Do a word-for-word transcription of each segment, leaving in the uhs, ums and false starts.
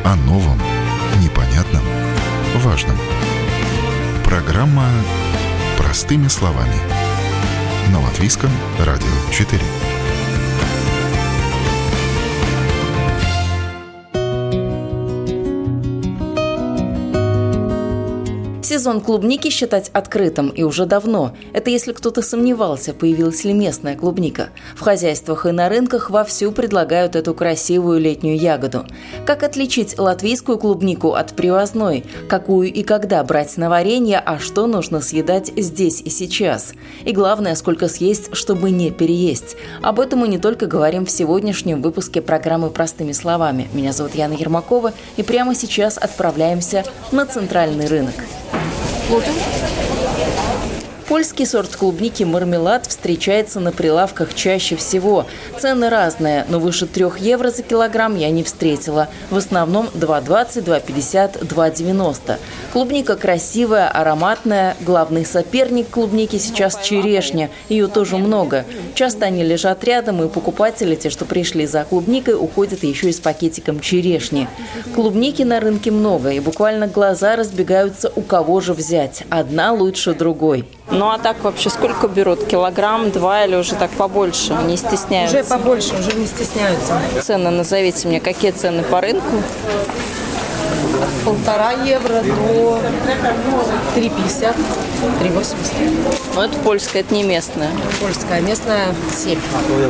О новом, непонятном, важном. Программа «Простыми словами» на Латвийском радио четыре. Сезон клубники считать открытым и уже давно. Это если кто-то сомневался, появилась ли местная клубника. В хозяйствах и на рынках вовсю предлагают эту красивую летнюю ягоду. Как отличить латвийскую клубнику от привозной? Какую и когда брать на варенье, а что нужно съедать здесь и сейчас? И главное, сколько съесть, чтобы не переесть. Об этом мы не только говорим в сегодняшнем выпуске программы «Простыми словами». Меня зовут Яна Ермакова, и прямо сейчас отправляемся на центральный рынок. Польский сорт клубники «Мармелад» встречается на прилавках чаще всего. Цены разные, но выше трех евро за килограмм я не встретила. В основном два двадцать, два пятьдесят, два девяносто. Клубника красивая, ароматная. Главный соперник клубники сейчас черешня. Ее тоже много. Часто они лежат рядом, и покупатели, те, что пришли за клубникой, уходят еще и с пакетиком черешни. Клубники на рынке много, и буквально глаза разбегаются, у кого же взять. Одна лучше другой. Ну а так вообще сколько берут? Килограмм, два или уже так побольше? Не стесняются? Уже побольше, уже не стесняются. Цены назовите мне. Какие цены по рынку? Полтора евро до три пятьдесят, три восемьдесят. Ну это польская, это не местная. Польская, местная семь.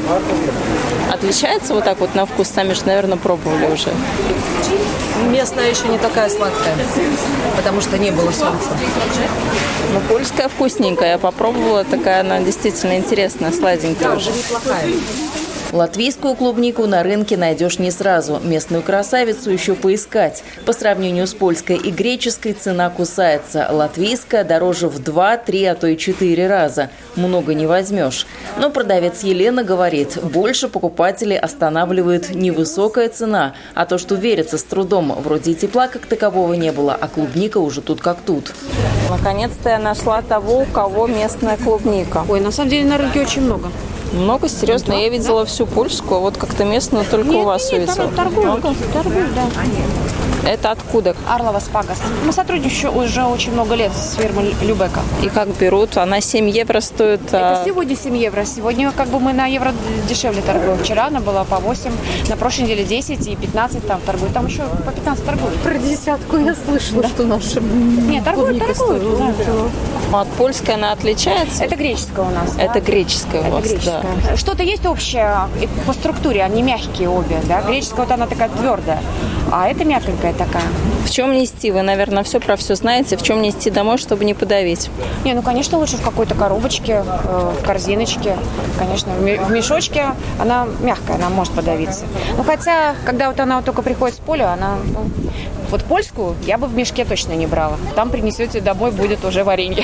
Отличается вот так вот на вкус? Сами же, наверное, пробовали уже. Местная еще не такая сладкая, потому что не было солнца. Ну, польская вкусненькая. Я попробовала, такая она действительно интересная, сладенькая. Да, уже неплохая. Латвийскую клубнику на рынке найдешь не сразу. Местную красавицу еще поискать. По сравнению с польской и греческой цена кусается. Латвийская дороже в два, три, а то и четыре раза. Много не возьмешь. Но продавец Елена говорит, больше покупателей останавливает не высокая цена, а то, что верится с трудом. Вроде и тепла как такового не было, а клубника уже тут как тут. Наконец-то я нашла того, у кого местная клубника. Ой, на самом деле на рынке очень много. Много, серьезно? Да, я видела да. всю польскую, а вот как-то местную только нет, у вас нет, увидела. торгуют, торгуют, да. Это откуда? Арлова Спагас. Мы сотрудничаем уже очень много лет с фирмой Любека. И как берут? Она семь евро стоит. Это а... сегодня семь евро. Сегодня как бы мы на евро дешевле торгуем. Вчера она была по восемь, на прошлой неделе десять и пятнадцать там торгуют. Там еще по пятнадцать торгуют. Про десятку я слышала, да. Что наша Нет, торгуют, торгуют. Да. А от польской она отличается? Это греческая у нас. Это да? греческая у Это вас, греческая. да. Что-то есть общее и по структуре, они мягкие обе. Да? Греческая вот она такая твердая, а это мягкенькая такая. В чем нести? Вы, наверное, все про все знаете. В чем нести домой, чтобы не подавить? Не, ну, конечно, лучше в какой-то коробочке, в корзиночке. Конечно, в мешочке она мягкая, она может подавиться. Ну, хотя, когда вот она вот только приходит с поля, она... Ну, вот польскую я бы в мешке точно не брала. Там принесете домой, будет уже варенье.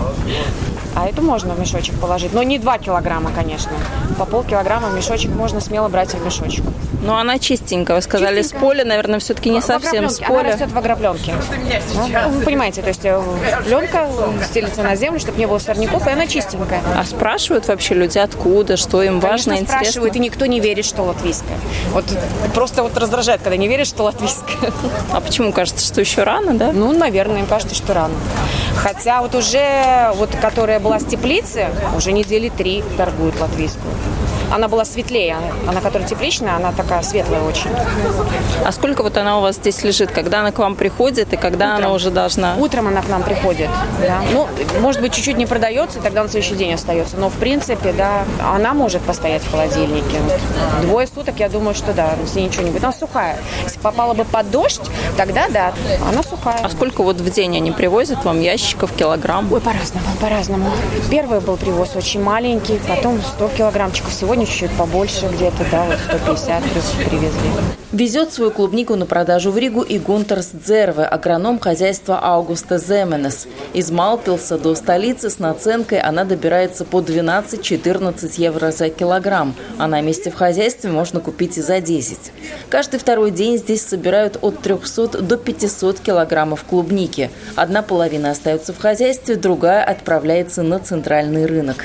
А эту можно в мешочек положить. Но не два килограмма, конечно. По полкилограмма в мешочек можно смело брать в мешочек. Ну, она чистенькая. Вы сказали, чистенькая. С поля, наверное, все-таки не В совсем с агропленке. поля. Она растет в агропленке. Ну, вы понимаете, то есть пленка стелится на землю, чтобы не было сорняков, и она чистенькая. А спрашивают вообще люди, откуда, что им важно, Конечно, интересно? спрашивают, и никто не верит, что латвийская. Вот просто вот раздражает, когда не верят, что латвийская. А почему? Кажется, что еще рано, да? Ну, наверное, им кажется, что рано. Хотя вот уже, вот, которая была с теплицы, уже недели три торгуют латвийскую. Она была светлее, она, которая тепличная, она такая светлая очень. А сколько вот она у вас здесь лежит? Когда она к вам приходит и когда Утром. она уже должна? Утром она к нам приходит, да. Ну, может быть, чуть-чуть не продается, тогда на следующий день остается. Но, в принципе, да, она может постоять в холодильнике. Двое суток, я думаю, что да, если ничего не будет. Она сухая. Если попала бы под дождь, тогда да, она сухая. А сколько вот в день они привозят вам ящиков, килограмм? Ой, по-разному, по-разному. Первый был привоз очень маленький, потом сто килограммчиков. Сегодня чуть-чуть побольше где-то, да, вот сто пятьдесят привезли. Везет свою клубнику на продажу в Ригу и Гунтерс Дзерве, агроном хозяйства Аугуста Земенес. Из Малпилса до столицы с наценкой она добирается по двенадцать-четырнадцать евро за килограмм, а на месте в хозяйстве можно купить и за десять. Каждый второй день здесь собирают от трехсот до пятисот килограммов клубники. Одна половина остается в хозяйстве, другая отправляется на центральный рынок.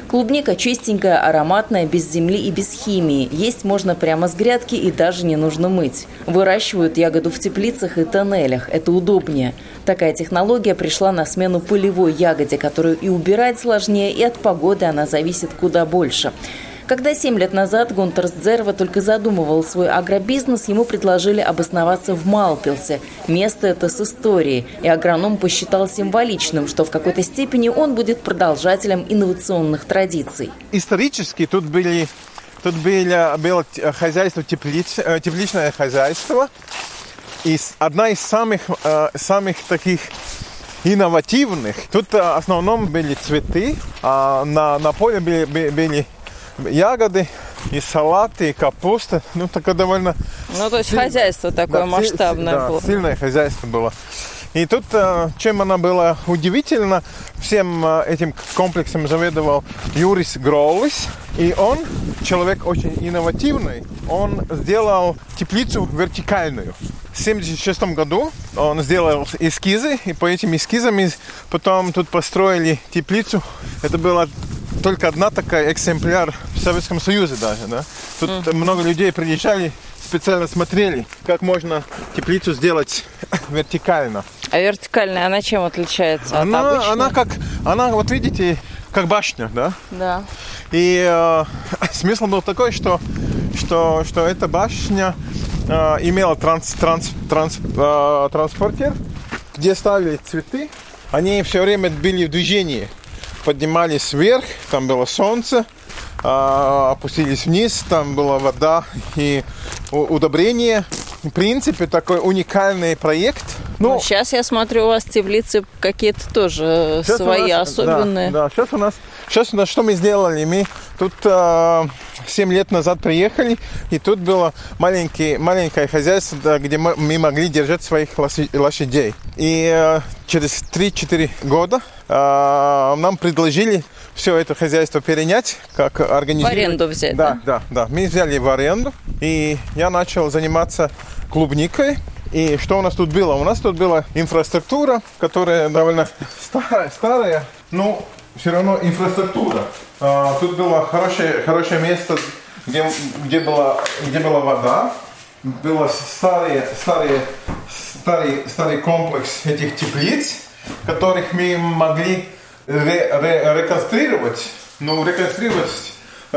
Клубника чистенькая, ароматная, без земли и без химии. Есть можно прямо с грядки и даже не нужно мыть. Выращивают ягоду в теплицах и тоннелях. Это удобнее. Такая технология пришла на смену полевой ягоде, которую и убирать сложнее, и от погоды она зависит куда больше. Когда семь лет назад Гунтер Дзерва только задумывал свой агробизнес, ему предложили обосноваться в Малпилсе. Место это с историей. И агроном посчитал символичным, что в какой-то степени он будет продолжателем инновационных традиций. Исторически тут были, тут было, было хозяйство, теплиц, тепличное хозяйство. И одна из самых, самых таких инновативных. Тут в основном были цветы, а на, на поле были, были ягоды, и салаты, и капуста. Ну, такое довольно... Ну, то есть сильное, хозяйство такое да, масштабное да, было. Сильное хозяйство было. И тут, чем она была удивительна, всем этим комплексом заведовал Юрис Гроллис. И он, человек очень инновативный, он сделал теплицу вертикальную. В семьдесят шестом году он сделал эскизы, и по этим эскизам потом тут построили теплицу. Это было только одна такая экземпляр в Советском Союзе даже, да. Тут mm. много людей приезжали, специально смотрели, как можно теплицу сделать вертикально. А вертикальная, она чем отличается она, от обычной? Она как, она, вот видите, как башня, да? Да. И э, смысл был такой, что, что, что эта башня э, имела транс, транс, транс, э, транспортер, где ставили цветы. Они все время были в движении. Поднимались вверх, там было солнце, опустились вниз, там была вода и удобрение. В принципе, такой уникальный проект. Ну, ну, сейчас я смотрю, у вас теплицы какие-то тоже свои, нас, особенные. Да, да, сейчас у нас, сейчас у нас что мы сделали? Мы тут э, семь лет назад приехали, и тут было маленький, маленькое хозяйство, да, где мы, мы могли держать своих лошадей. И э, через три-четыре года э, нам предложили все это хозяйство перенять, как организовать. В аренду взять, да? Да, да, да. Мы взяли в аренду, и я начал заниматься клубникой. И что у нас тут было? У нас тут была инфраструктура, которая довольно старая, старая, но все равно инфраструктура. А, тут было хорошее, хорошее место, где, где, была, где была вода. Был старый, старый, старый, старый комплекс этих теплиц, которых мы могли ре, ре, реконструировать. Ну, реконструировать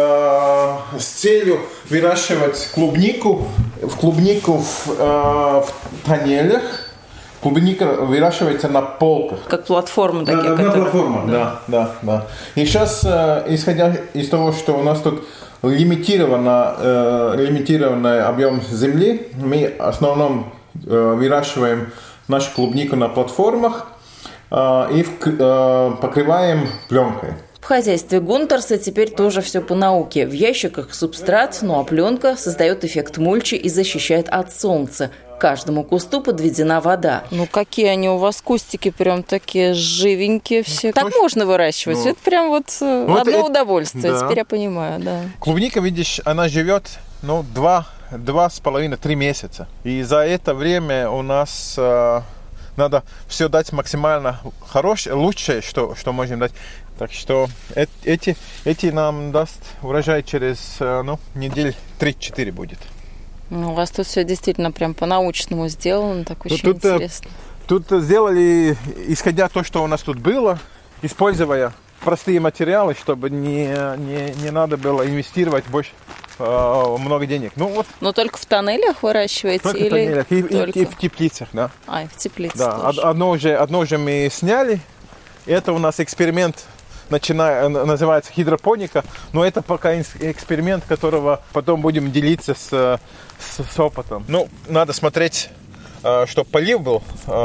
э, с целью выращивать клубнику, в клубнику в, э, в тоннелях. Клубника выращивается на полках. Как платформа такие. На, которые... на платформах, да. да, да, да. И сейчас, э, исходя из того, что у нас тут лимитировано, э, лимитированный объем земли, мы в основном э, выращиваем нашу клубнику на платформах э, и в, э, покрываем пленкой. В хозяйстве Гунтерса теперь тоже все по науке. В ящиках субстрат, ну а пленка создает эффект мульчи и защищает от солнца. К каждому кусту подведена вода. Ну какие они у вас кустики, прям такие живенькие все. Так Точно? можно выращивать. Ну, это прям вот, вот одно это, удовольствие. да. Теперь я понимаю, да. Клубника, видишь, она живет, ну, два, два с половиной, три месяца. И за это время у нас э, надо все дать максимально хорошее, лучшее, что, что можем дать. Так что эти, эти нам даст урожай через, ну, недель три-четыре будет. Ну, у вас тут все действительно прям по-научному сделано, так очень тут, интересно. Тут сделали, исходя то, что у нас тут было, используя простые материалы, чтобы не, не, не надо было инвестировать больше э, много денег. Ну, вот. Но только в тоннелях выращиваете? Только или в тоннелях и, только... и, и в теплицах, да. А, и в теплицах да, тоже. Одно уже, одно уже мы сняли. Это у нас эксперимент. Начиная, называется гидропоника, но это пока эксперимент, которого потом будем делиться с, с, с опытом. Ну, надо смотреть, чтобы полив был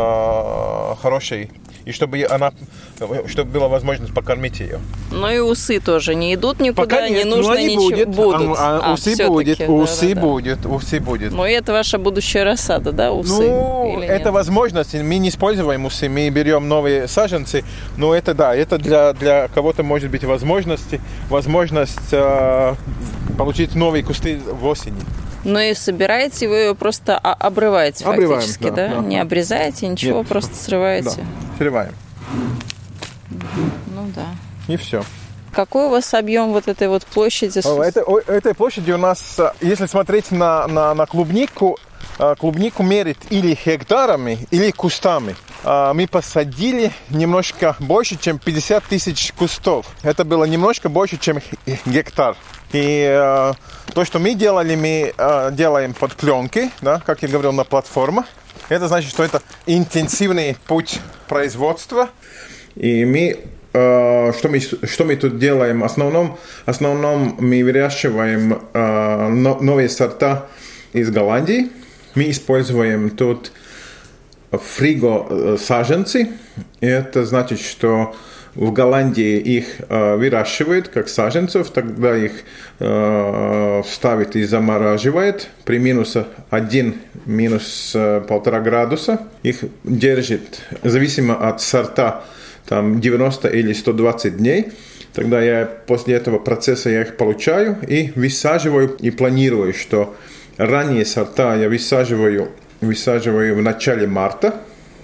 хороший, и чтобы она, чтобы была возможность покормить ее. Ну и усы тоже не идут никуда, пока нет, не нужно они ничего. Будет. Будут. А, а, а, усы будет, да, усы да, будет, да. усы будет. Ну и это ваша будущая рассада, да, усы? Ну, или это нет? возможность. Мы не используем усы, мы берем новые саженцы. Но это да, это для, для кого-то может быть возможность, возможность э, получить новые кусты в осени. Ну и собираете, вы ее просто обрываете Обрываем, фактически, да, да? да, не да. обрезаете, ничего, Нет. просто срываете? Да, срываем. Ну да. И все. какой у вас объем вот этой вот площади? Это, этой площади у нас, если смотреть на, на, на клубнику, клубнику мерит или гектарами, или кустами. Мы посадили немножко больше, чем пятьдесят тысяч кустов. Это было немножко больше, чем гектар. И э, то, что мы делали, мы э, делаем под пленкой, да, как я говорил, на платформе. Это значит, что это интенсивный путь производства. И мы, э, что мы, что мы тут делаем? В основном, в основном мы выращиваем э, новые сорта из Голландии. Мы используем тут фриго-саженцы. Это значит, что в Голландии их э, выращивают как саженцев, тогда их э, ставят и замораживают при минус один, минус полтора градуса. Их держит, зависимо от сорта, там девяносто или сто двадцать дней. Тогда я после этого процесса я их получаю и высаживаю, и планирую, что ранние сорта я высаживаю, высаживаю в начале марта.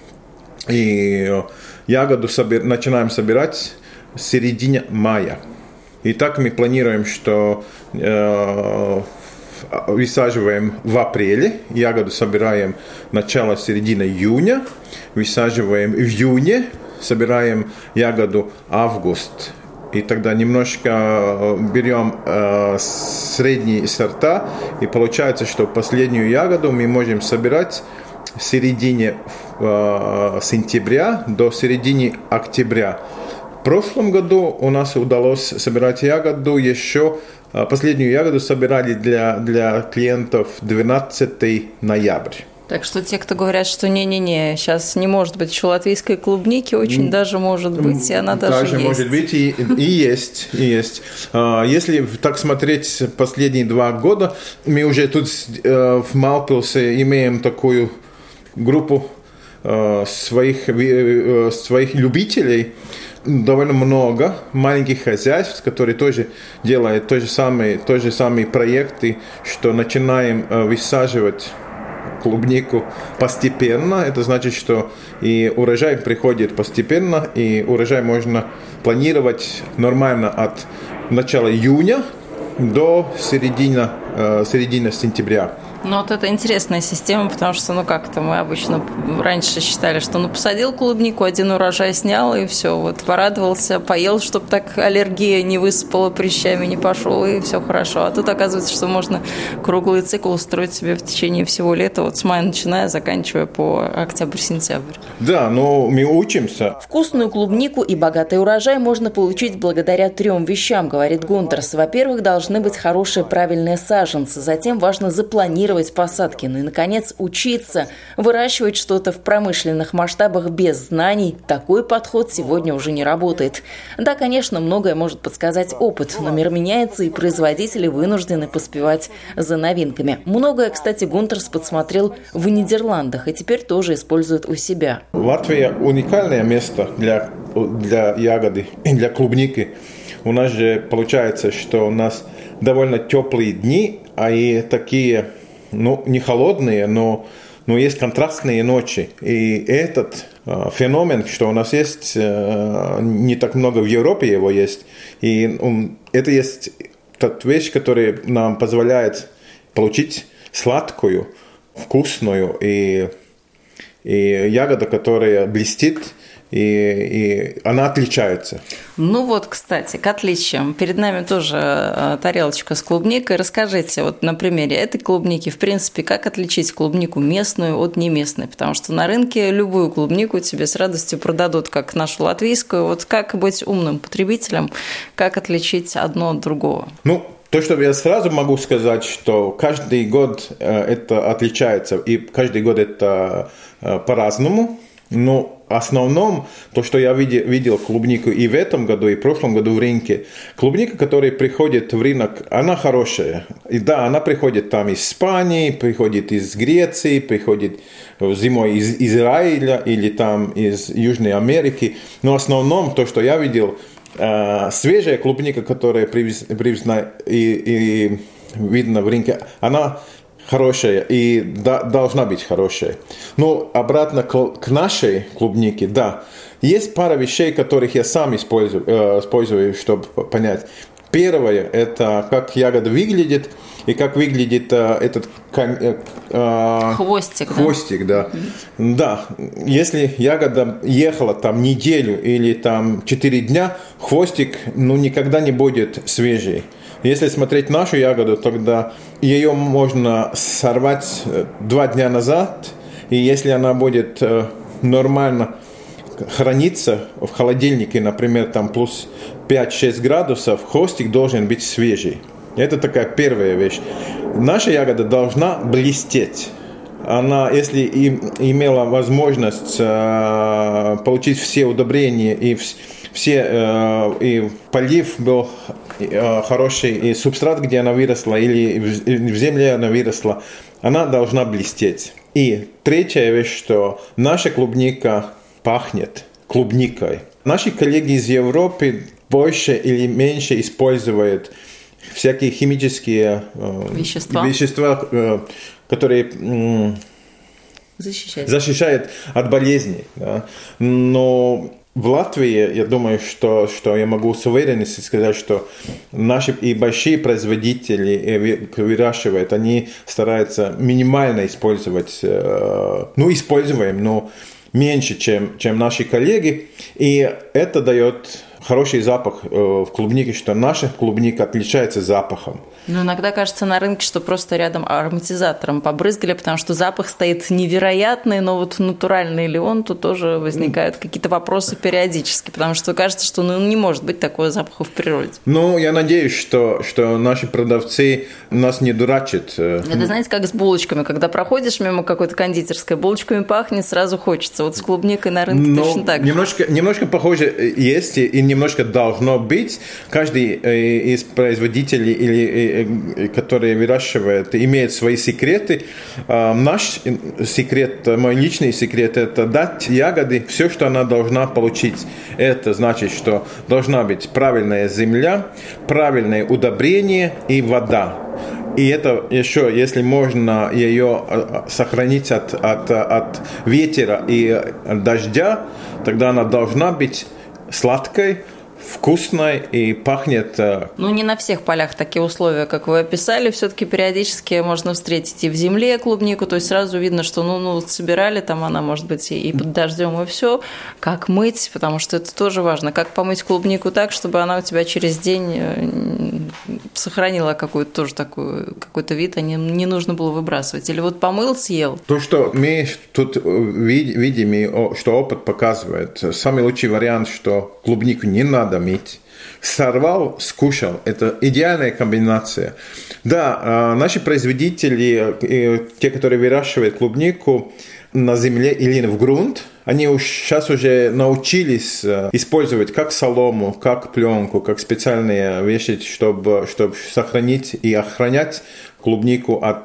И ягоду собер... начинаем собирать в середине мая. И так мы планируем, что э, высаживаем в апреле, ягоду собираем начало-середина июня, высаживаем в июне, собираем ягоду август. И тогда немножко берем э, средние сорта, и получается, что последнюю ягоду мы можем собирать в середине э, сентября до середины октября. В прошлом году у нас удалось собирать ягоду еще, э, последнюю ягоду собирали для, для клиентов двенадцатого ноября. Так что те, кто говорят, что не-не-не, сейчас не может быть еще латвийской клубники, очень даже может быть, и она даже, даже есть. Может быть, и, и есть, и есть. Если так смотреть последние два года, мы уже тут в Малпилсе имеем такую группу своих, своих любителей, довольно много маленьких хозяйств, которые тоже делают то же самые, то же самые проекты, что начинаем высаживать клубнику постепенно. Это значит, что и урожай приходит постепенно, и урожай можно планировать нормально от начала июня до середины, э, середины сентября. Ну, вот это интересная система, потому что, ну, как-то мы обычно раньше считали, что, ну, посадил клубнику, один урожай снял, и все, вот, порадовался, поел, чтобы так аллергия не высыпала, прыщами не пошел, и все хорошо. А тут оказывается, что можно круглый цикл устроить себе в течение всего лета, вот с мая начиная, заканчивая по октябрь-сентябрь. Да, но мы учимся. Вкусную клубнику и богатый урожай можно получить благодаря трем вещам, говорит Гунтерс. Во-первых, должны быть хорошие правильные саженцы, затем важно запланировать посадки. Ну и, наконец, учиться выращивать что-то в промышленных масштабах без знаний. Такой подход сегодня уже не работает. Да, конечно, многое может подсказать опыт, но мир меняется, и производители вынуждены поспевать за новинками. Многое, кстати, Гунтерс подсмотрел в Нидерландах и теперь тоже использует у себя. Латвия уникальное место для, для ягоды, для клубники. У нас же получается, что у нас довольно теплые дни, а и такие, ну, не холодные, но, но есть контрастные ночи. И этот э, феномен, что у нас есть, э, не так много в Европе его есть, и он, это есть та вещь, которая нам позволяет получить сладкую, вкусную и, и ягода, которая блестит, и, и она отличается. Ну вот, кстати, к отличиям. Перед нами тоже тарелочка с клубникой. Расскажите, вот на примере этой клубники, в принципе, как отличить клубнику местную от неместной? Потому что на рынке любую клубнику тебе с радостью продадут, как нашу латвийскую. Вот как быть умным потребителем, как отличить одно от другого? Ну, то, что я сразу могу сказать, что каждый год это отличается, и каждый год это по-разному. Но в основном, то, что я видел, видел клубнику и в этом году, и в прошлом году в рынке, клубника, которая приходит в рынок, она хорошая. И да, она приходит там из Испании, приходит из Греции, приходит зимой из Израиля или там из Южной Америки. Но в основном, то, что я видел, свежая клубника, которая привезена и, и видно в рынке, она хорошая и да, должна быть хорошая. Но обратно к, к нашей клубнике, да, есть пара вещей, которых я сам использую, э, использую, чтобы понять. Первое – это как ягода выглядит и как выглядит э, этот э, э, хвостик. Хвостик, да. Да. Да, если ягода ехала там неделю или там четыре дня, хвостик ну, никогда не будет свежий. Если смотреть нашу ягоду, тогда ее можно сорвать два дня назад, и если она будет э, нормально храниться в холодильнике, например, там плюс пять-шесть градусов, хвостик должен быть свежий. Это такая первая вещь. Наша ягода должна блестеть. Она, если и имела возможность э, получить все удобрения и все, э, и полив был э, хороший, и субстрат, где она выросла, или в, в земле она выросла, она должна блестеть. И третья вещь, что наша клубника пахнет клубникой. Наши коллеги из Европы больше или меньше используют всякие химические э, вещества, вещества э, которые э, защищают. защищают от болезней. Да. Но в Латвии, я думаю, что, что я могу с уверенностью сказать, что наши и большие производители выращивают, они стараются минимально использовать, э, ну, используем, но меньше, чем, чем наши коллеги, и это дает хороший запах э, в клубнике, что наша клубника отличается запахом. Но иногда кажется на рынке, что просто рядом ароматизатором побрызгали, потому что запах стоит невероятный, но вот натуральный ли он, тут тоже возникают какие-то вопросы периодически, потому что кажется, что ну, не может быть такого запаха в природе. Ну, я надеюсь, что, что наши продавцы нас не дурачат. Это, знаете, как с булочками, когда проходишь мимо какой-то кондитерской, булочками пахнет, сразу хочется. Вот с клубникой на рынке но точно так же. Немножко, немножко похоже есть и немножко должно быть. Каждый из производителей или которые выращивают, имеют свои секреты. Наш секрет, мой личный секрет, это дать ягоды все, что она должна получить. Это значит, что должна быть правильная земля, правильное удобрение и вода. И это еще, если можно ее сохранить от, от, от ветра и дождя, тогда она должна быть сладкой, вкусной и пахнет... Ну, не на всех полях такие условия, как вы описали. Все-таки периодически можно встретить и в земле клубнику, то есть сразу видно, что ну, ну собирали, там она может быть и под дождем, и все. Как мыть, потому что это тоже важно. Как помыть клубнику так, чтобы она у тебя через день сохранила какой-то тоже такой, какой-то вид, а не, не нужно было выбрасывать. Или вот помыл, съел. То, что мы тут видим, и что опыт показывает, самый лучший вариант, что клубнику не надо мыть. Сорвал, скушал. Это идеальная комбинация. Да, наши производители, те, которые выращивают клубнику на земле или в грунт, они сейчас уже научились использовать как солому, как пленку, как специальные вещи, чтобы, чтобы сохранить и охранять клубнику от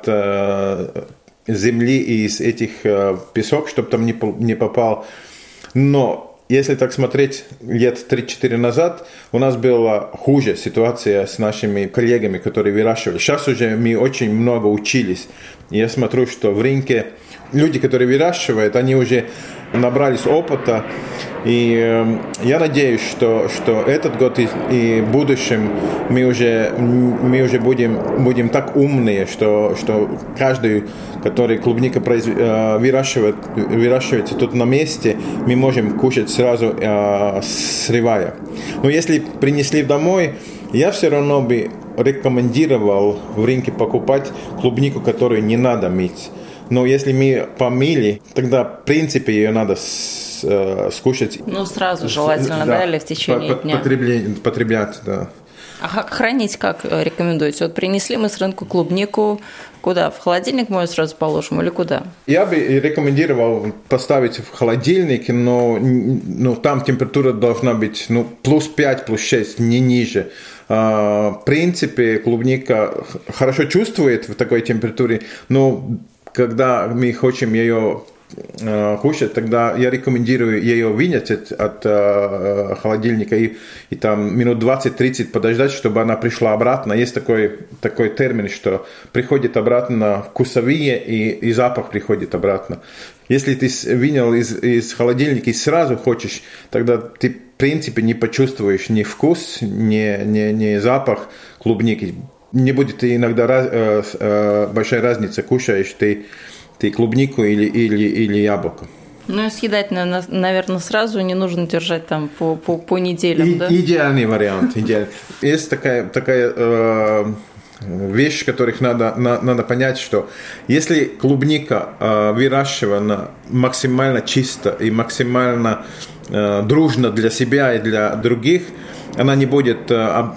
земли и из этих песок, чтобы там не попал. Но если так смотреть лет три-четыре назад, у нас была хуже ситуация с нашими коллегами, которые выращивали. Сейчас уже мы очень много учились. Я смотрю, что в рынке люди, которые выращивают, они уже набрались опыта. И э, я надеюсь, что, что этот год и, и в будущем мы уже, мы уже будем, будем так умные, что, что каждый, который клубника произ... э, выращивает, выращивается тут на месте, мы можем кушать сразу, э, срывая. Но если принесли домой, я все равно бы рекомендовал в рынке покупать клубнику, которую не надо мыть. Но если мы помыли, тогда в принципе ее надо скушать. Ну, сразу желательно, да, да или в течение по- дня. Потреблять, потреблять, да. А как хранить, как рекомендуете? Вот принесли мы с рынка клубнику, куда? В холодильник мы ее сразу положим или куда? Я бы рекомендовал поставить в холодильник, но, но там температура должна быть ну, плюс пять, плюс шесть, не ниже. В принципе, клубника хорошо чувствует в такой температуре, но когда мы хотим ее э, кушать, тогда я рекомендую ее вынять от, от э, холодильника и, и там минут двадцать-тридцать подождать, чтобы она пришла обратно. Есть такой, такой термин, что приходит обратно вкусовые и, и запах приходит обратно. Если ты вынял из, из холодильника и сразу хочешь, тогда ты в принципе не почувствуешь ни вкус, ни, ни, ни запах клубники. Не будет иногда раз, э, э, большая разница, кушаешь ты, ты клубнику или, или, или яблоко. Ну и съедать, наверное, сразу, не нужно держать там по, по, по неделям, и, да? Идеальный вариант. Идеальный. Есть такая, такая э, вещь, которых надо, на, надо понять, что если клубника э, выращивана максимально чисто и максимально э, дружно для себя и для других, она не будет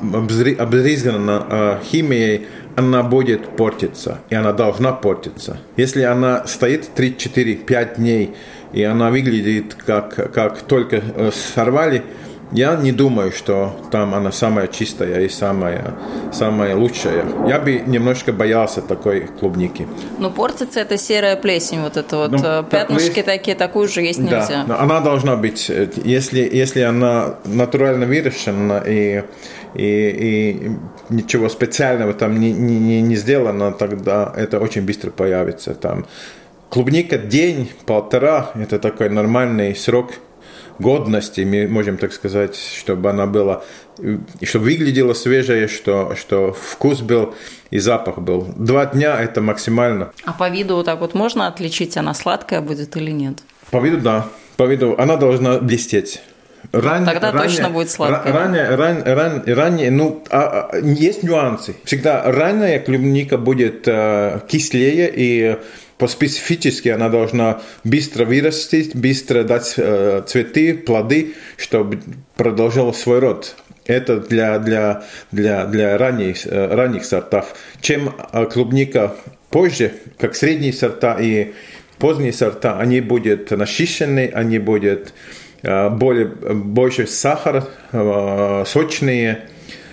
обрезана химией, она будет портиться, и она должна портиться. Если она стоит три, четыре, пять дней, и она выглядит как, как только сорвали, я не думаю, что там она самая чистая и самая, самая лучшая. Я бы немножко боялся такой клубники. Но портится эта серая плесень, вот это вот, ну, пятнышки плесень, такие, такую же есть нельзя. Да, она должна быть, если, если она натурально выращена и, и, и ничего специального там не, не, не сделано, тогда это очень быстро появится. Там клубника день, полтора, это такой нормальный срок годности, мы можем так сказать, чтобы она была, чтобы выглядела свежая, что, что вкус был и запах был. Два дня это максимально. А по виду вот так вот можно отличить, она сладкая будет или нет? По виду, да. По виду она должна блестеть. Ран, Тогда ранее, точно будет сладкая. Ранее, ран, ран, ранее, ну, а, а, есть нюансы. Всегда ранняя клубника будет а, кислее, и по специфически она должна быстро вырасти, быстро дать а, цветы, плоды, чтобы продолжал свой род. Это для, для, для, для ранних, ранних сортов. Чем клубника позже, как средние сорта и поздние сорта, они будут насыщенные, они будут более, больше сахара, сочные,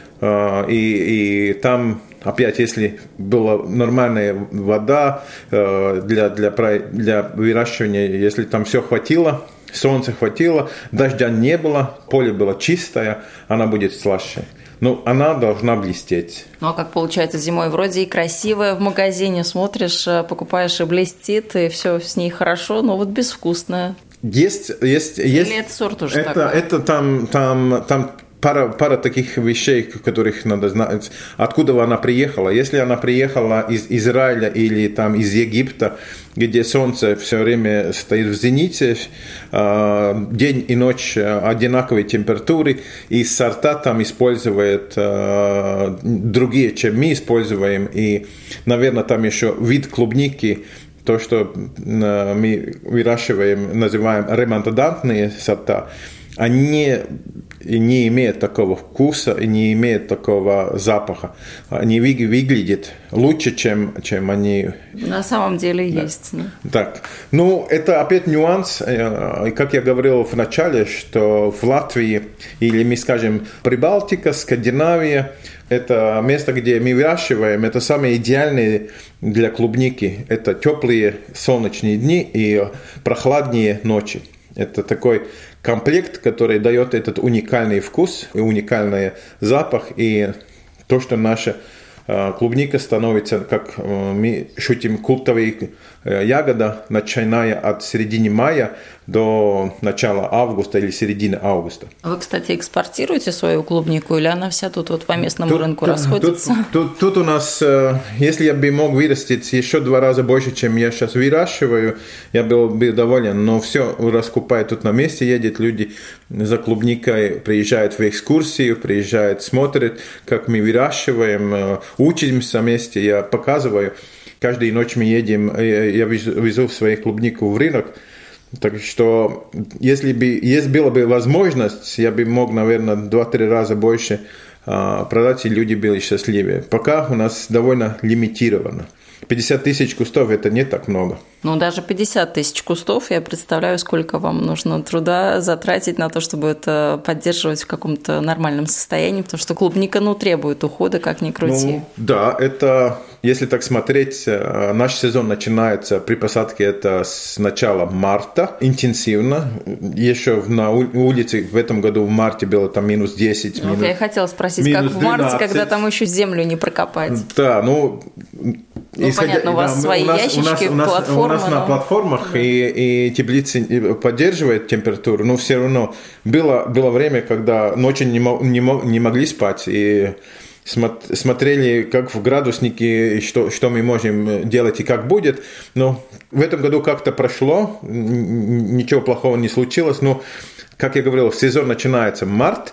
и, и там опять, если была нормальная вода для, для, для выращивания, если там все хватило, солнца хватило, дождя не было, поле было чистое, она будет слаще. Ну, она должна блестеть. Ну, а как получается зимой? Вроде и красивая в магазине, смотришь, покупаешь и блестит, и все с ней хорошо, но вот безвкусная. Есть, есть, есть. Или это сорт уже это, такой? Это там, там, там пара, пара таких вещей, которых надо знать. Откуда она приехала? Если она приехала из Израиля или там из Египта, где солнце все время стоит в зените, день и ночь одинаковые температуры, и сорта там используют другие, чем мы используем, и, наверное, там еще вид клубники. То, что мы выращиваем, называем ремонтадантные сорта, они не имеют такого вкуса и не имеют такого запаха. Они выглядят лучше, чем, чем они... На самом деле да. есть. Да. Так. Ну, это опять нюанс. Как я говорил в начале, что в Латвии, или мы скажем Прибалтика, Скандинавия, это место, где мы выращиваем, это самые идеальные для клубники. Это теплые солнечные дни и прохладные ночи. Это такой комплект, который дает этот уникальный вкус и уникальный запах. И то, что наша клубника становится, как мы шутим, культовой ягода, начиная от середины мая до начала августа или середины августа. Вы, кстати, экспортируете свою клубнику, или она вся тут вот по местному тут, рынку расходится? Тут, тут, тут у нас, если я бы мог вырастить еще два раза больше, чем я сейчас выращиваю, я был бы доволен. Но все раскупают тут на месте, едут люди за клубникой, приезжают в экскурсию, приезжают, смотрят, как мы выращиваем, учимся вместе, я показываю. Каждую ночь мы едем, я везу свою клубнику в рынок. Так что, если бы если была бы возможность, я бы мог, наверное, два-три раза больше а, продать, и люди были счастливее. Пока у нас довольно лимитировано. пятьдесят тысяч кустов – это не так много. Ну, даже пятьдесят тысяч кустов, я представляю, сколько вам нужно труда затратить на то, чтобы это поддерживать в каком-то нормальном состоянии, потому что клубника, ну, требует ухода, как ни крути. Ну, да, это если так смотреть, наш сезон начинается при посадке это с начала марта, интенсивно. Еще на улице в этом году в марте было там минус десять. Вот минус, я хотела спросить, как в марте, когда там еще землю не прокопать? Да, ну... Ну, исходя, понятно, у вас да, свои у нас, ящички, у нас, платформы. У нас но... на платформах да. и, и теплицы поддерживают температуру, но все равно было, было время, когда ночью не, не, не могли спать и смотрели, как в градуснике, что, что мы можем делать и как будет. Но в этом году как-то прошло, ничего плохого не случилось, но, как я говорил, сезон начинается март,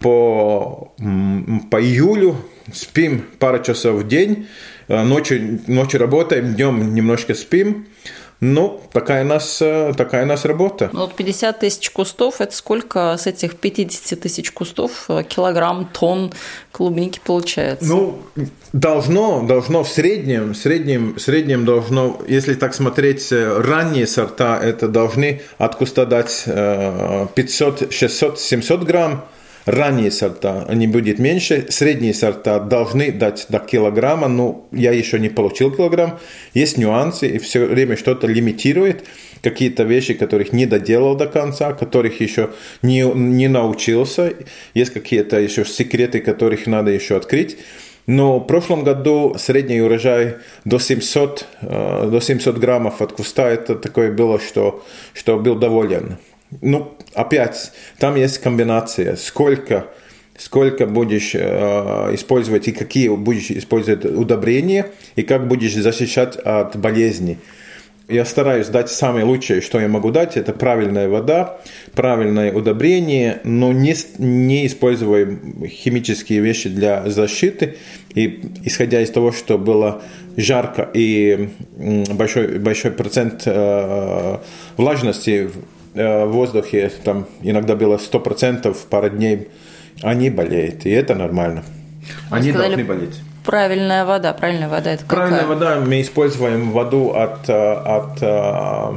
по, по июлю спим пару часов в день, ночью, ночью работаем, днем немножко спим. Ну, такая у нас, такая у нас работа. Ну, вот пятьдесят тысяч кустов, это сколько с этих пятьдесят тысяч кустов килограмм, тонн клубники получается? Ну, должно, должно в среднем, в среднем, в среднем должно, если так смотреть, ранние сорта, это должны от куста дать пятьсот, шестьсот, семьсот грамм. Ранние сорта не будет меньше, средние сорта должны дать до килограмма, но я еще не получил килограмм. Есть нюансы, и все время что-то лимитирует, какие-то вещи, которых не доделал до конца, которых еще не, не научился. Есть какие-то еще секреты, которых надо еще открыть. Но в прошлом году средний урожай до семьсот, до семьсот граммов от куста, это такое было, что, что был доволен. Ну, опять, там есть комбинация, сколько, сколько будешь э, использовать и какие будешь использовать удобрения, и как будешь защищать от болезней. Я стараюсь дать самое лучшее, что я могу дать, это правильная вода, правильное удобрение, но не, не используя химические вещи для защиты. И исходя из того, что было жарко и большой, большой процент э, влажности в воздухе, там иногда было сто процентов пару дней, они болеют, и это нормально. Вы они сказали, должны болеть. Правильная вода, правильная вода это какая? Правильная вода, мы используем воду от, от, от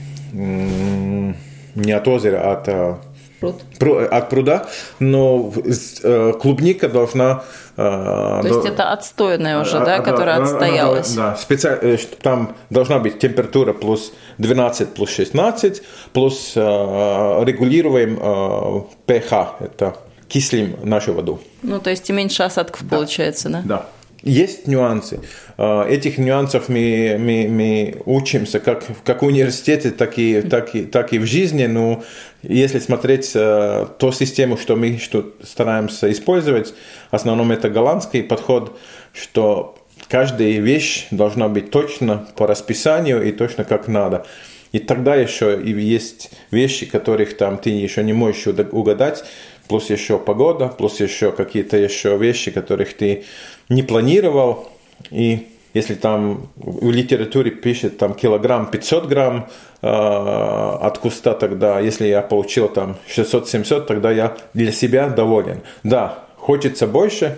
не от озера, от, Пруд. от пруда, но клубника должна... То до... есть это отстойная уже, да, да которая да, отстоялась? Да, специально, там должна быть температура плюс двенадцать, плюс шестнадцать, плюс э, регулируем э, pH, это кислим нашу воду. Ну, то есть и меньше осадков да. получается, да? Да. Есть нюансы. Этих нюансов мы, мы, мы учимся как, как в университете, так и, так, и, так и в жизни. Но если смотреть ту систему, что мы что стараемся использовать, в основном это голландский подход, что каждая вещь должна быть точно по расписанию и точно как надо. И тогда еще и есть вещи, которых там ты еще не можешь угадать, плюс еще погода, плюс еще какие-то еще вещи, которых ты не планировал. И если там в литературе пишет там килограмм пятьсот грамм э, от куста, тогда если я получил там шестьсот-семьсот, тогда я для себя доволен. Да, хочется больше,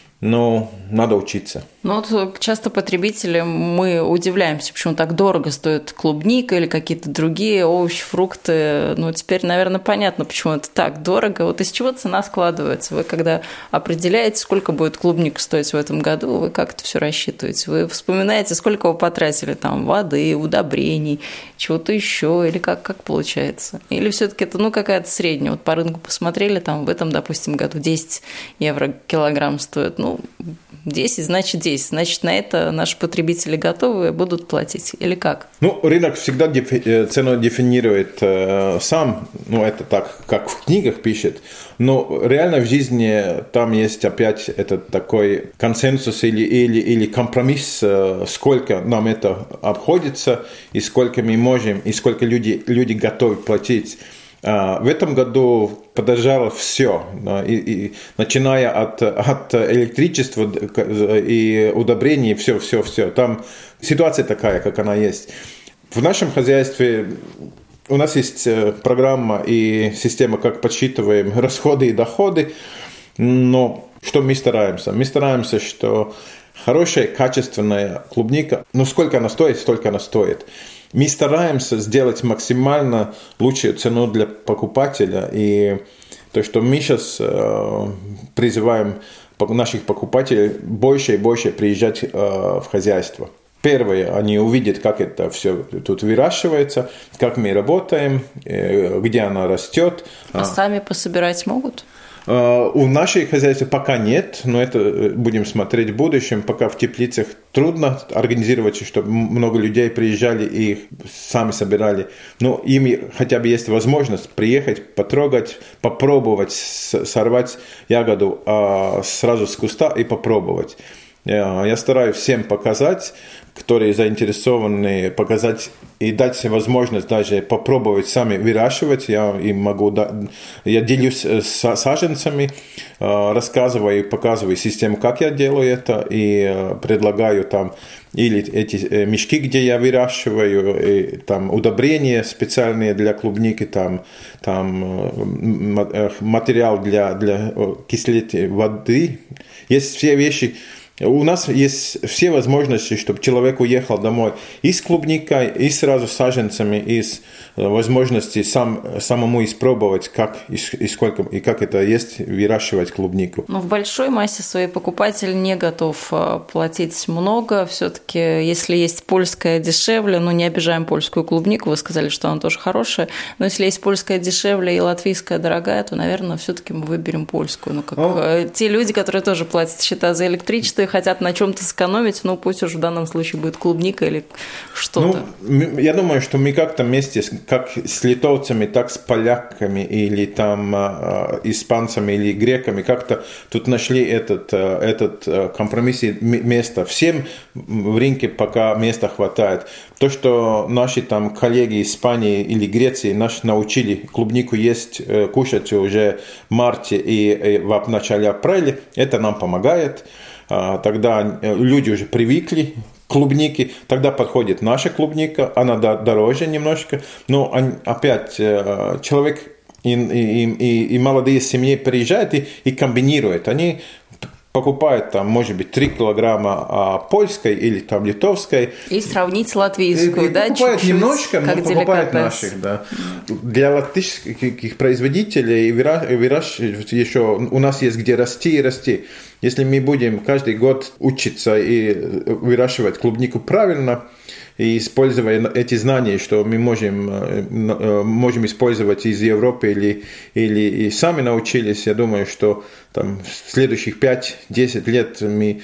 но надо учиться. Ну вот часто потребители, мы удивляемся, почему так дорого стоит клубника или какие-то другие овощи, фрукты. Ну теперь, наверное, понятно, почему это так дорого. Вот из чего цена складывается? Вы когда определяете, сколько будет клубника стоить в этом году, вы как это все рассчитываете? Вы вспоминаете, сколько вы потратили там воды, удобрений, чего-то еще, или как, как получается? Или все-таки это ну какая-то средняя? Вот по рынку посмотрели, там в этом, допустим, году десять евро килограмм стоит. Ну, десять, значит десять. Значит, на это наши потребители готовы будут платить. Или как? Ну, рынок всегда дефи- цену дефинирует э, сам. Ну, это так, как в книгах пишет. Но реально в жизни там есть опять этот такой консенсус или, или, или компромисс, э, сколько нам это обходится, и сколько мы можем, и сколько люди, люди готовы платить. В этом году подорожало все, и, и, начиная от, от электричества и удобрений, все, все, все. Там ситуация такая, как она есть. В нашем хозяйстве у нас есть программа и система, как подсчитываем расходы и доходы, но что мы стараемся? Мы стараемся, что хорошая, качественная клубника, ну сколько она стоит, столько она стоит. Мы стараемся сделать максимально лучшую цену для покупателя. И то, что мы сейчас э, призываем наших покупателей больше и больше приезжать в хозяйство. Первое, они увидят, как это все тут выращивается, как мы работаем, где она растет. А сами пособирать могут? У нашей хозяйства пока нет, но это будем смотреть в будущем. Пока в теплицах трудно организировать, чтобы много людей приезжали и сами собирали. Но им хотя бы есть возможность приехать, потрогать, попробовать сорвать ягоду сразу с куста и попробовать. Я стараюсь всем показать, которые заинтересованы, показать и дать возможность даже попробовать сами выращивать. Я им могу, я делюсь с саженцами, рассказываю и показываю систему, как я делаю это, и предлагаю там или эти мешки, где я выращиваю, и там удобрения специальные для клубники, там, там материал для, для кислоты воды. Есть все вещи. У нас есть все возможности, чтобы человек уехал домой и с клубникой, и сразу с саженцами, и с возможностью сам, самому испробовать, как и, и сколько, и как это есть выращивать клубнику. Но в большой массе своей покупатель не готов платить много. Все-таки, если есть польская дешевле, ну не обижаем польскую клубнику, вы сказали, что она тоже хорошая, но если есть польская дешевле и латвийская дорогая, то, наверное, все-таки мы выберем польскую. Ну, как ну, те люди, которые тоже платят счета за электричество, хотят на чем-то сэкономить, ну пусть уж в данном случае будет клубника или что-то. Ну, я думаю, что мы как-то вместе, как с литовцами, так с поляками или там э, испанцами или греками, как-то тут нашли этот, э, этот компромисс и место. Всем в рынке пока места хватает. То, что наши там коллеги из Испании или Греции нас научили клубнику есть, э, кушать уже в марте и, и в начале апреля, это нам помогает. Тогда люди уже привыкли к клубнике, тогда подходит наша клубника, она дороже немножко, но опять человек и, и, и, и молодые семьи приезжают и, и комбинируют, они покупают там, может быть, три килограмма польской или там литовской. И сравнить с латвийской, и, да, и покупают чуть-чуть, немножко, но покупают наших, да. Для латвийских производителей выращивать еще, у нас есть где расти и расти. Если мы будем каждый год учиться и выращивать клубнику правильно, и используя эти знания, что мы можем, можем использовать из Европы или, или и сами научились, я думаю, что там, в следующих пять-десять лет мы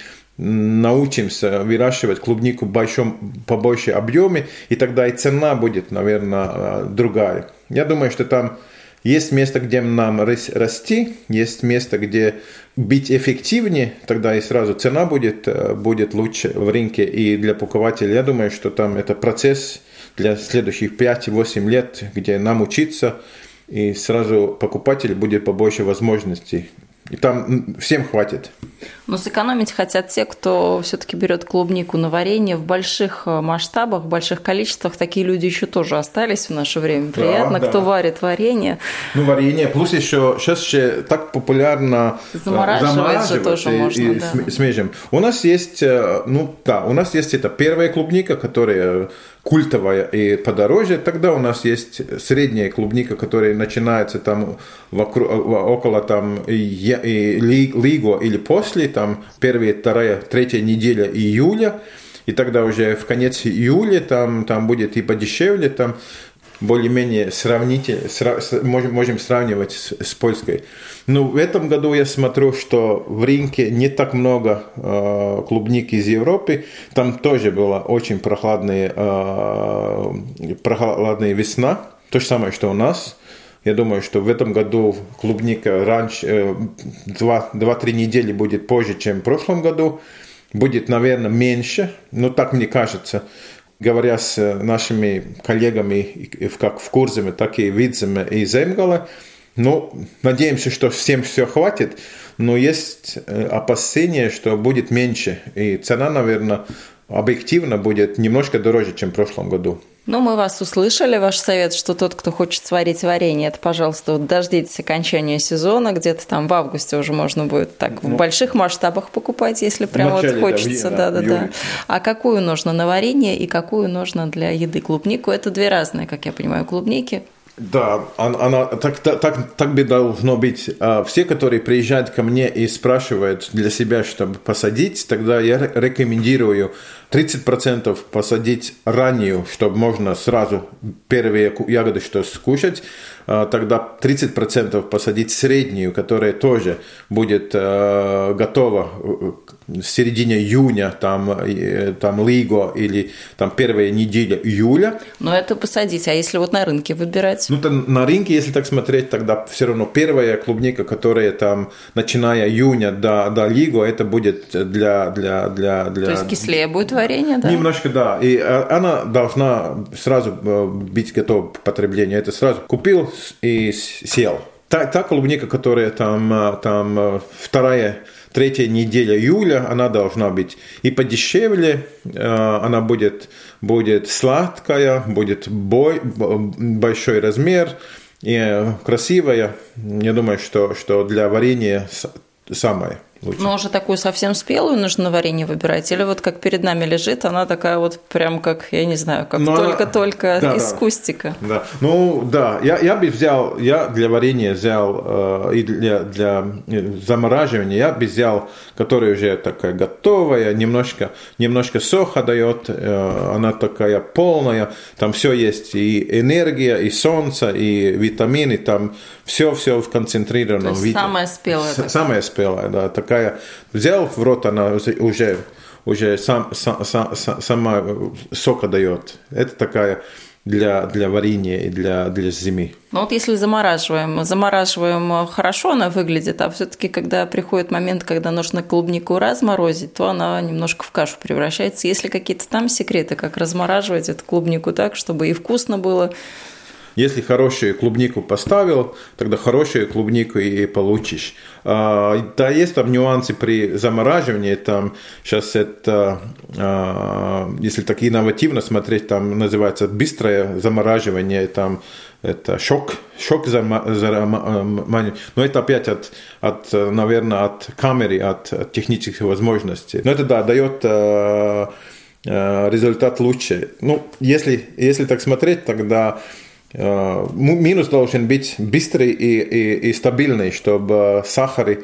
научимся выращивать клубнику в большом, побольше объеме, и тогда и цена будет, наверное, другая. Я думаю, что там есть место, где нам расти, есть место, где быть эффективнее, тогда и сразу цена будет, будет лучше в рынке и для покупателя. Я думаю, что там это процесс для следующих пять-восемь лет, где нам учиться, и сразу покупатель будет побольше возможностей. И там всем хватит. Но сэкономить хотят те, кто все-таки берет клубнику на варенье в больших масштабах, в больших количествах. Такие люди еще тоже остались в наше время. Приятно, да, кто да. варит варенье. Ну, варенье. Плюс еще сейчас еще так популярно замораживать, замораживать же тоже и, можно, и да. смежем. У нас есть, ну да, у нас есть эта первая клубника, которая культовая и подороже. Тогда у нас есть средняя клубника, которая начинается там вокруг, около там и, и лиго или после, там первая, вторая, третья неделя июля. И тогда уже в конец июля там, там будет и подешевле, там более-менее сравнительно, сра, можем, можем сравнивать с, с польской. Но в этом году я смотрю, что в рынке не так много э, клубники из Европы. Там тоже была очень прохладная, э, прохладная весна. То же самое, что у нас. Я думаю, что в этом году клубника раньше, э, два-три недели будет позже, чем в прошлом году. Будет, наверное, меньше, но так мне кажется. Говоря с нашими коллегами, как в Курземе, так и в Видземе и Земгале, ну, надеемся, что всем все хватит, но есть опасения, что будет меньше. И цена, наверное, объективно будет немножко дороже, чем в прошлом году. Ну, мы вас услышали, ваш совет, что тот, кто хочет сварить варенье, это, пожалуйста, вот дождитесь окончания сезона, где-то там в августе уже можно будет так ну, в больших масштабах покупать, если прям вот хочется. Да, да, да, да. А какую нужно на варенье и какую нужно для еды клубнику? Это две разные, как я понимаю, клубники. Да, она, так, так, так, так бы должно быть. Все, которые приезжают ко мне и спрашивают для себя, чтобы посадить, тогда я рекомендую тридцать процентов посадить раннюю, чтобы можно сразу первые ягоды что скушать. Тогда тридцать процентов посадить среднюю, которая тоже будет готова в середине июня, там, там лиго или там первая неделя июля. Но это посадить, а если вот на рынке выбирать? Ну, то на рынке, если так смотреть, тогда все равно первая клубника, которая там, начиная июня до, до лиго, это будет для, для, для, для... То есть кислее будет варенье, да? Немножко, да. И она должна сразу быть готова к потреблению. Это сразу купил и съел. Та, та клубника, которая там, там вторая, третья неделя июля, она должна быть и подешевле, она будет, будет сладкая, будет бой, большой размер и красивая. Я думаю, что, что для варенья самое лучше. Но уже такую совсем спелую нужно варенье выбирать? Или вот как перед нами лежит, она такая вот прям как, я не знаю, как Но только-только она... из да, кустика? Да, ну да, я, я бы взял, я для варенья взял э, и для, для замораживания, я бы взял, которая уже такая готовая, немножко, немножко сока дает, э, она такая полная, там все есть, и энергия, и солнце, и витамины, там все-все в концентрированном виде. Самая спелая. С, самая спелая, да, такая. Взял в рот, она уже, уже сам, сам, сам, сама сока дает. Это такая для, для варенья и для, для зимы. Ну вот если замораживаем, замораживаем хорошо она выглядит, а все-таки когда приходит момент, когда нужно клубнику разморозить, то она немножко в кашу превращается. Есть ли какие-то там секреты, как размораживать эту клубнику так, чтобы и вкусно было? Если хорошую клубнику поставил, тогда хорошую клубнику и получишь. А, да, есть там нюансы при замораживании. Там сейчас это, а, если так инновативно смотреть, там называется быстрое замораживание, там это шок, шок замораживание. Но это опять от, от, наверное, от камеры, от, от технических возможностей. Но это, да, дает а, а, результат лучше. Ну, если, если так смотреть, тогда минус должен быть быстрый и, и, и стабильный, чтобы сахар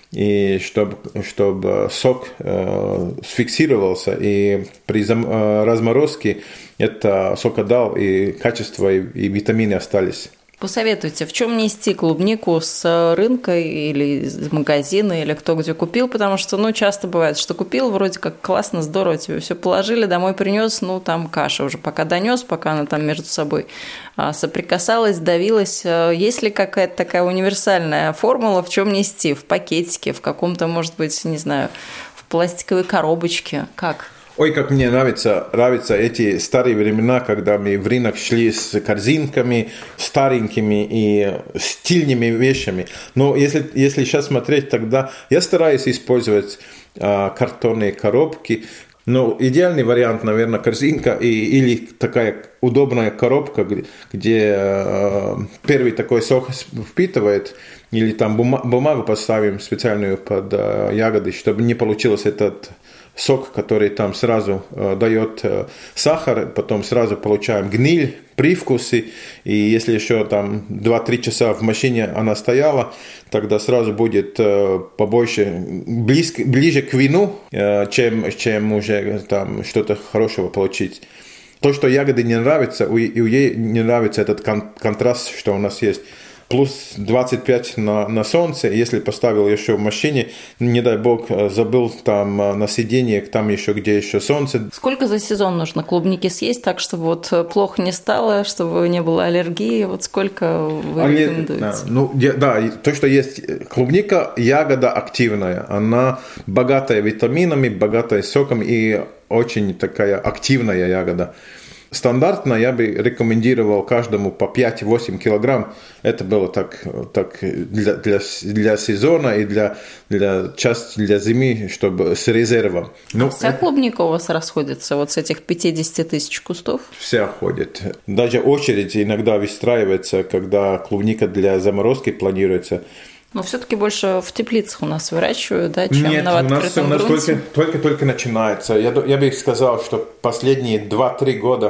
и чтобы, чтобы сок э, сфиксировался, и при зам, э, разморозке это сок отдал, и качество и, и витамины остались. Посоветуйте, в чем нести клубнику с рынка или из магазина, или кто где купил, потому что, ну, часто бывает, что купил, вроде как классно, здорово, тебе все положили, домой принес, ну, там каша уже, пока донес, пока она там между собой соприкасалась, давилась. Есть ли какая-то такая универсальная формула, в чем нести? В пакетике, в каком-то, может быть, не знаю, в пластиковой коробочке? Как? Ой, как мне нравятся, нравятся эти старые времена, когда мы в рынок шли с корзинками, старенькими и стильными вещами. Но если, если сейчас смотреть, тогда я стараюсь использовать а, картонные коробки. Но идеальный вариант, наверное, корзинка и, или такая удобная коробка, где, где а, первый такой сок впитывает, или там бума, бумагу поставим специальную под а, ягоды, чтобы не получилось этот... сок, который там сразу э, дает э, сахар, потом сразу получаем гниль, привкусы, и если еще там два-три часа в машине она стояла, тогда сразу будет э, побольше, близко, ближе к вину, э, чем, чем уже там что-то хорошего получить. То, что ягоды не нравятся, у, у ей не нравится этот кон, контраст, что у нас есть. Плюс двадцать пять на, на солнце, если поставил еще в машине, не дай бог, забыл там на сиденье, там еще где еще солнце. Сколько за сезон нужно клубники съесть, так чтобы вот плохо не стало, чтобы не было аллергии? Вот сколько вы а рекомендуете? Да, ну, да, то, что есть клубника, ягода активная, она богатая витаминами, богатая соком и очень такая активная ягода. Стандартно я бы рекомендовал каждому по пять-восемь килограмм. Это было так, так для, для, для сезона и для, для части для зимы, чтобы с резервом. Ну, вся это... клубника у вас расходится вот с этих пятьдесят тысяч кустов? Вся ходит. Даже очередь иногда выстраивается, когда клубника для заморозки планируется. Но все-таки больше в теплицах у нас выращивают, да, чем Нет, на открытом грунте? Нет, у нас только-только начинается. Я, я бы сказал, что последние два-три года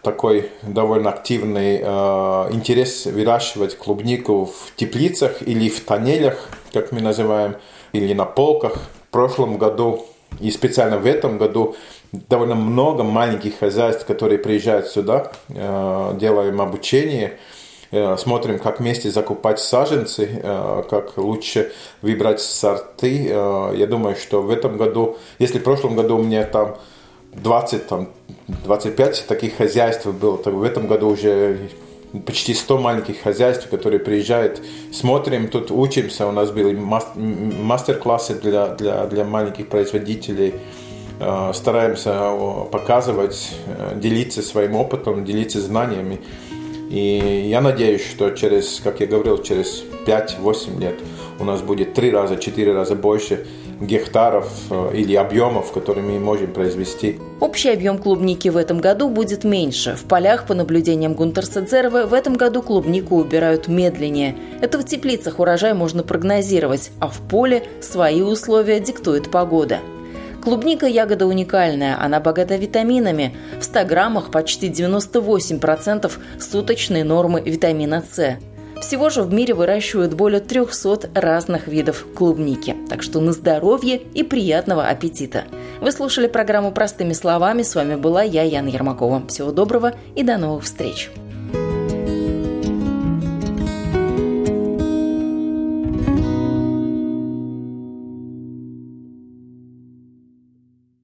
такой довольно активный э, интерес выращивать клубнику в теплицах или в тоннелях, как мы называем, или на полках. В прошлом году и специально в этом году довольно много маленьких хозяйств, которые приезжают сюда, э, делаем обучение, э, смотрим, как вместе закупать саженцы, э, как лучше выбрать сорты. Э, я думаю, что в этом году, если в прошлом году у меня там двадцать, там, двадцать пять таких хозяйств было, то в этом году уже почти сто маленьких хозяйств, которые приезжают, смотрим, тут учимся, у нас были мастер-классы для, для, для маленьких производителей, стараемся показывать, делиться своим опытом, делиться знаниями. И я надеюсь, что через, как я говорил, через пять-восемь лет у нас будет три раза, четыре раза больше гектаров или объемов, которые мы можем произвести. Общий объем клубники в этом году будет меньше. В полях, по наблюдениям Гунтерса-Дзерве, в этом году клубнику убирают медленнее. Это в теплицах урожай можно прогнозировать, а в поле свои условия диктует погода. Клубника – ягода уникальная, она богата витаминами. В ста граммах почти девяносто восемь процентов суточной нормы витамина С. Всего же в мире выращивают более трехсот разных видов клубники. Так что на здоровье и приятного аппетита. Вы слушали программу «Простыми словами». С вами была я, Яна Ермакова. Всего доброго и до новых встреч.